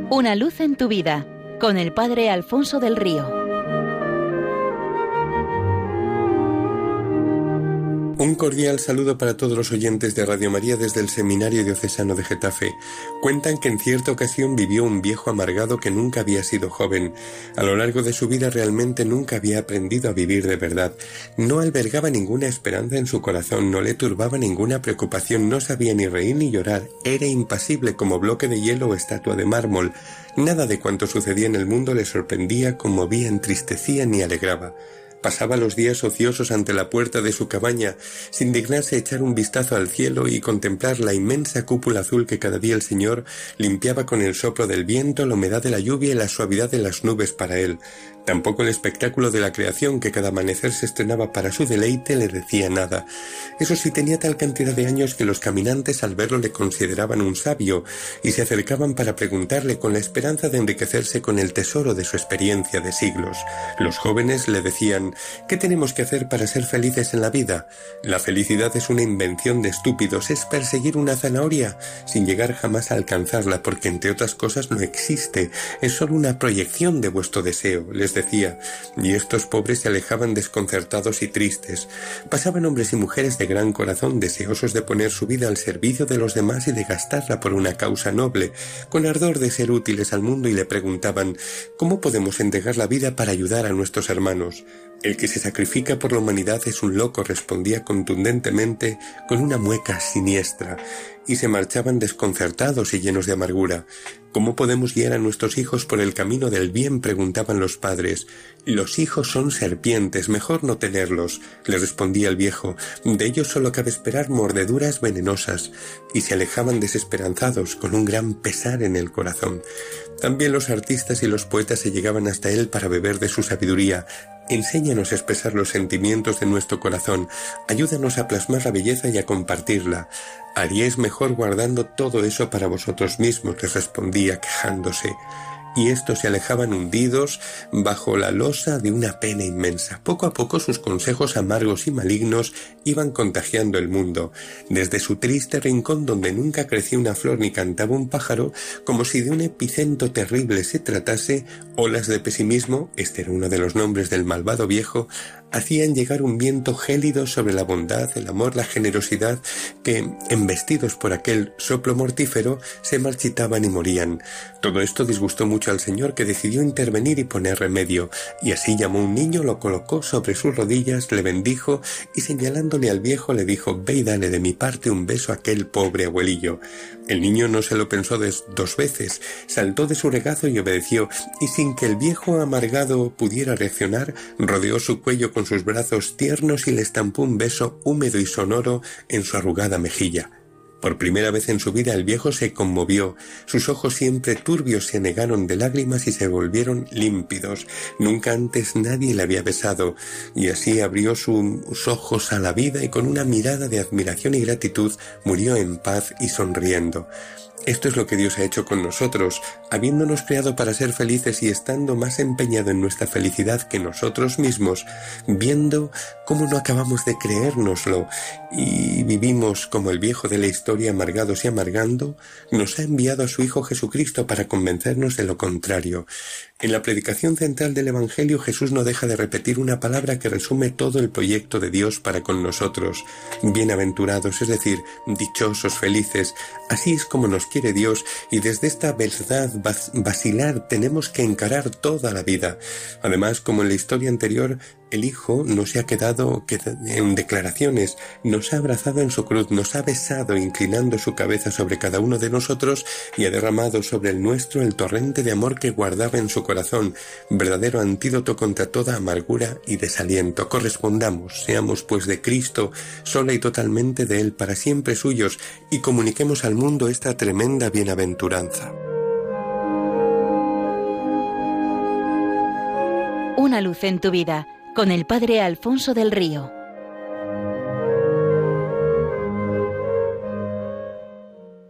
Una luz en tu vida, con el Padre Alfonso del Río. Un cordial saludo para todos los oyentes de Radio María desde el Seminario Diocesano de Getafe. Cuentan que en cierta ocasión vivió un viejo amargado que nunca había sido joven. A lo largo de su vida realmente nunca había aprendido a vivir de verdad. No albergaba ninguna esperanza en su corazón, no le turbaba ninguna preocupación, no sabía ni reír ni llorar. Era impasible como bloque de hielo o estatua de mármol. Nada de cuanto sucedía en el mundo le sorprendía, conmovía, entristecía ni alegraba. Pasaba los días ociosos ante la puerta de su cabaña, sin dignarse echar un vistazo al cielo y contemplar la inmensa cúpula azul que cada día el Señor limpiaba con el soplo del viento, la humedad de la lluvia y la suavidad de las nubes para él. Tampoco el espectáculo de la creación que cada amanecer se estrenaba para su deleite le decía nada. Eso sí, tenía tal cantidad de años que los caminantes al verlo le consideraban un sabio y se acercaban para preguntarle con la esperanza de enriquecerse con el tesoro de su experiencia de siglos. Los jóvenes le decían: ¿qué tenemos que hacer para ser felices en la vida? La felicidad es una invención de estúpidos, es perseguir una zanahoria sin llegar jamás a alcanzarla, porque entre otras cosas no existe, es solo una proyección de vuestro deseo, les decía, y estos pobres se alejaban desconcertados y tristes. Pasaban hombres y mujeres de gran corazón, deseosos de poner su vida al servicio de los demás y de gastarla por una causa noble, con ardor de ser útiles al mundo, y le preguntaban: ¿cómo podemos entregar la vida para ayudar a nuestros hermanos? El que se sacrifica por la humanidad es un loco, respondía contundentemente con una mueca siniestra, y se marchaban desconcertados y llenos de amargura. ¿Cómo podemos guiar a nuestros hijos por el camino del bien?, preguntaban los padres. Los hijos son serpientes, mejor no tenerlos, les respondía el viejo. De ellos solo cabe esperar mordeduras venenosas, y se alejaban desesperanzados, con un gran pesar en el corazón. También los artistas y los poetas se llegaban hasta él para beber de su sabiduría. Enséñanos a expresar los sentimientos de nuestro corazón, ayúdanos a plasmar la belleza y a compartirla. Haríais mejor guardando todo eso para vosotros mismos, les respondía quejándose. Y estos se alejaban hundidos bajo la losa de una pena inmensa. Poco a poco sus consejos amargos y malignos iban contagiando el mundo. Desde su triste rincón, donde nunca crecía una flor ni cantaba un pájaro, como si de un epicentro terrible se tratase, olas de pesimismo, este era uno de los nombres del malvado viejo, hacían llegar un viento gélido sobre la bondad, el amor, la generosidad, que, embestidos por aquel soplo mortífero, se marchitaban y morían. Todo esto disgustó mucho al Señor, que decidió intervenir y poner remedio, y así llamó un niño, lo colocó sobre sus rodillas, le bendijo, y señalándole al viejo le dijo: «Ve y dale de mi parte un beso a aquel pobre abuelillo». El niño no se lo pensó dos veces, saltó de su regazo y obedeció, y sin que el viejo amargado pudiera reaccionar, rodeó su cuello con sus brazos tiernos y le estampó un beso húmedo y sonoro en su arrugada mejilla. Por primera vez en su vida el viejo se conmovió, sus ojos siempre turbios se anegaron de lágrimas y se volvieron límpidos. Nunca antes nadie le había besado, y así abrió sus ojos a la vida y con una mirada de admiración y gratitud murió en paz y sonriendo. Esto es lo que Dios ha hecho con nosotros, habiéndonos creado para ser felices y estando más empeñado en nuestra felicidad que nosotros mismos, viendo cómo no acabamos de creérnoslo y vivimos como el viejo de la historia, amargados y amargando, nos ha enviado a su Hijo Jesucristo para convencernos de lo contrario. En la predicación central del Evangelio, Jesús no deja de repetir una palabra que resume todo el proyecto de Dios para con nosotros. Bienaventurados, es decir, dichosos, felices. Así es como nos quiere Dios, y desde esta verdad vacilar tenemos que encarar toda la vida. Además, como en la historia anterior, el Hijo no se ha quedado en declaraciones, nos ha abrazado en su cruz, nos ha besado inclinando su cabeza sobre cada uno de nosotros y ha derramado sobre el nuestro el torrente de amor que guardaba en su corazón, verdadero antídoto contra toda amargura y desaliento. Correspondamos, seamos pues de Cristo, sola y totalmente de Él, para siempre suyos, y comuniquemos al mundo esta tremenda bienaventuranza. Una luz en tu vida, con el Padre Alfonso del Río.